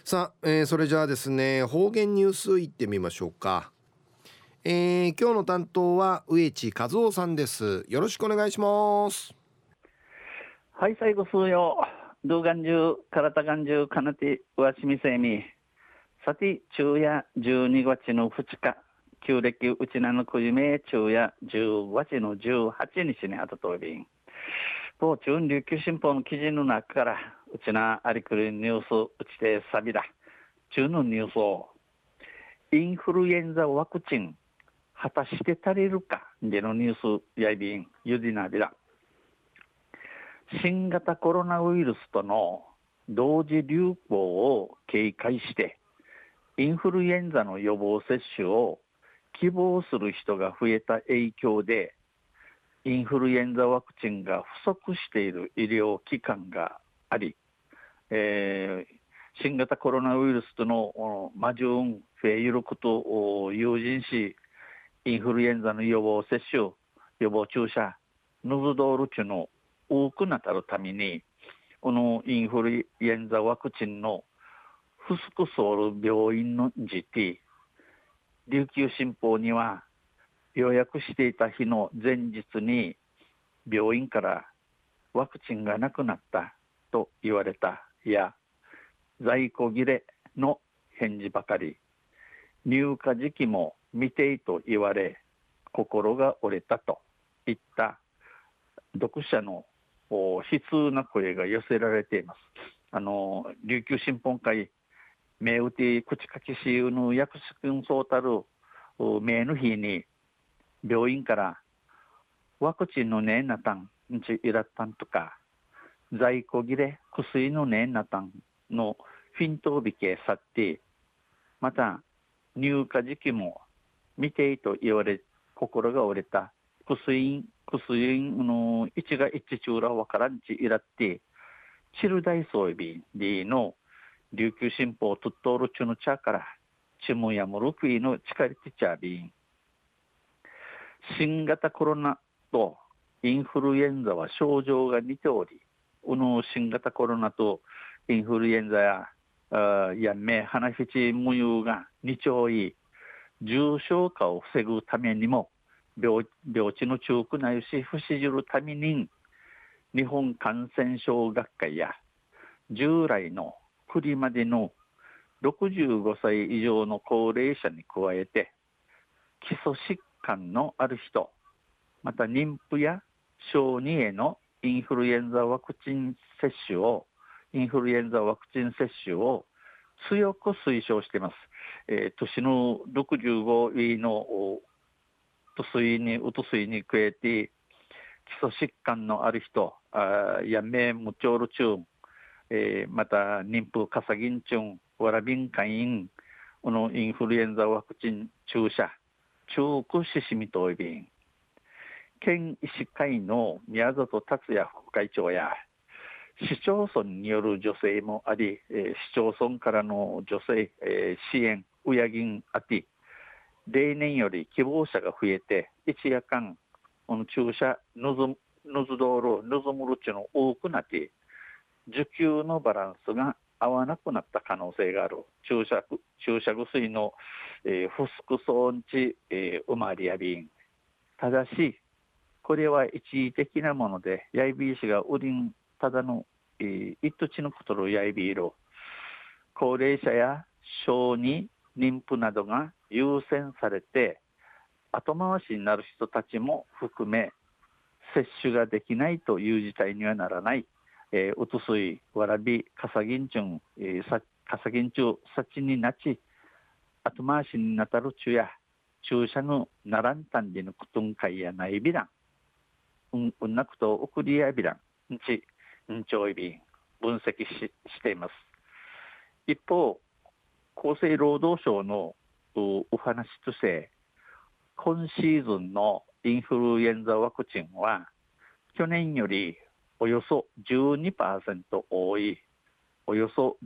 さあ、それじゃあですね、方言ニュースいってみましょうか。今日の担当は植地和夫さんです。よろしくお願いします。 はい、最後数曜。動画中、体が中、かなて、わしみせみ。さて、昼夜12月の2日。旧暦うちなのくじめ、昼夜10月の18日にあたとびん。当中、琉球新報の記事の中から、うちなありくるニュース、うちてさびだ。中のニュースを、インフルエンザワクチン、果たして足りるかでのニュース、やいびん、ゆdiなびら。新型コロナウイルスとの同時流行を警戒して、インフルエンザの予防接種を希望する人が増えた影響で、インフルエンザワクチンが不足している医療機関があり、新型コロナウイルスとのマジュンフェイルクと友人し、インフルエンザの予防接種、予防注射、ヌズドール中の多くなたるために、このインフルエンザワクチンの不足ソール病院の時期、琉球新報には予約していた日の前日に病院からワクチンがなくなったと言われたや、在庫切れの返事ばかり、入荷時期も未定と言われ、心が折れたといった読者の悲痛な声が寄せられています。琉球新報会、名打て口かきしゆの役職そうたる名の日に、病院からワクチンのねえなたん、んちいらったんとか、在庫切れ薬のねえなたんのフィントービケさって、また入荷時期も未定と言われ、心が折れた薬の一が一中らわからんちいらって、チルダイソイビンディの琉球新報トットールチュの茶から、チムやムルクイのチカリティチャービン。新型コロナとインフルエンザは症状が似ており、この新型コロナとインフルエンザや目、鼻ひち無有が似ちょい、重症化を防ぐためにも、病地の中くないし、不死じるために、日本感染症学会や、従来の国までの65歳以上の高齢者に加えて、基礎疾患のある人、また妊婦や小児へのインフルエンザワクチン接種を、強く推奨しています。年の65位のうとすいに加えて、基礎疾患のある人、やめむちょうるちゅん、また妊婦かさぎんちゅん、わらびんかいん、このインフルエンザワクチン注射、中区ししみといびん、県医師会の宮里達也副会長や、市町村による助成もあり、市町村からの助成、支援、うやぎんあて、例年より希望者が増えて、一夜間、この注射、のず道路、のずむるちの多くなって、需給のバランスが合わなくなった可能性がある。注射薬の、不足装置、うまりやびん。ただし、これは一時的なもので、やいびいしが売りん、ただの、一途地のことのやいびいる。高齢者や小児、妊婦などが優先されて、後回しになる人たちも含め、接種ができないという事態にはならない。うつすい、わらび、かさぎんちゅん、かさぎんちゅう、さちになち、後回しになたるちゅや、注射のならんたんじのくとんかいやないびらん。うんなくと送りやびらん。んち、んちょいびん。分析しています。一方、厚生労働省のお話として、今シーズンのインフルエンザワクチンは、去年よりおよそ 12% 多い、およそ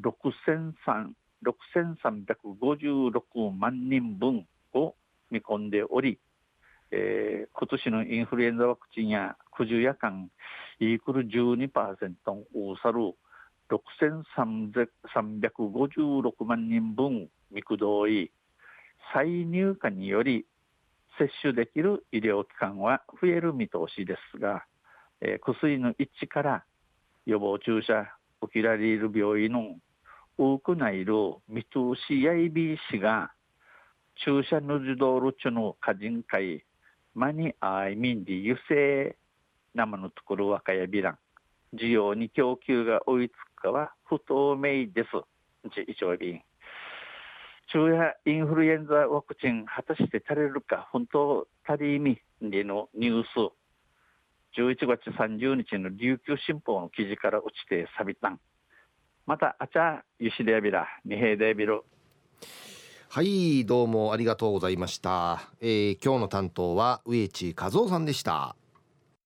6356万人分を見込んでおり、今年のインフルエンザワクチンや九十夜間イークル 12% をさる 6356万人分見くどい再入荷により接種できる医療機関は増える見通しですが、薬の一致から予防注射受けられる病院の多くないる見通しやいびいしが注射の自動ルチュの過人会間にあいみんで油性生のところ若やびらん需要に供給が追いつくかは不透明です。一応便中やインフルエンザワクチン果たして足れるか本当足りみでのニュース11月30日の琉球新報の記事から落ちてさびたんまたあちゃゆしでやびらにへいでやびる。 はい、どうもありがとうございました。今日の担当は植地和夫さんでした。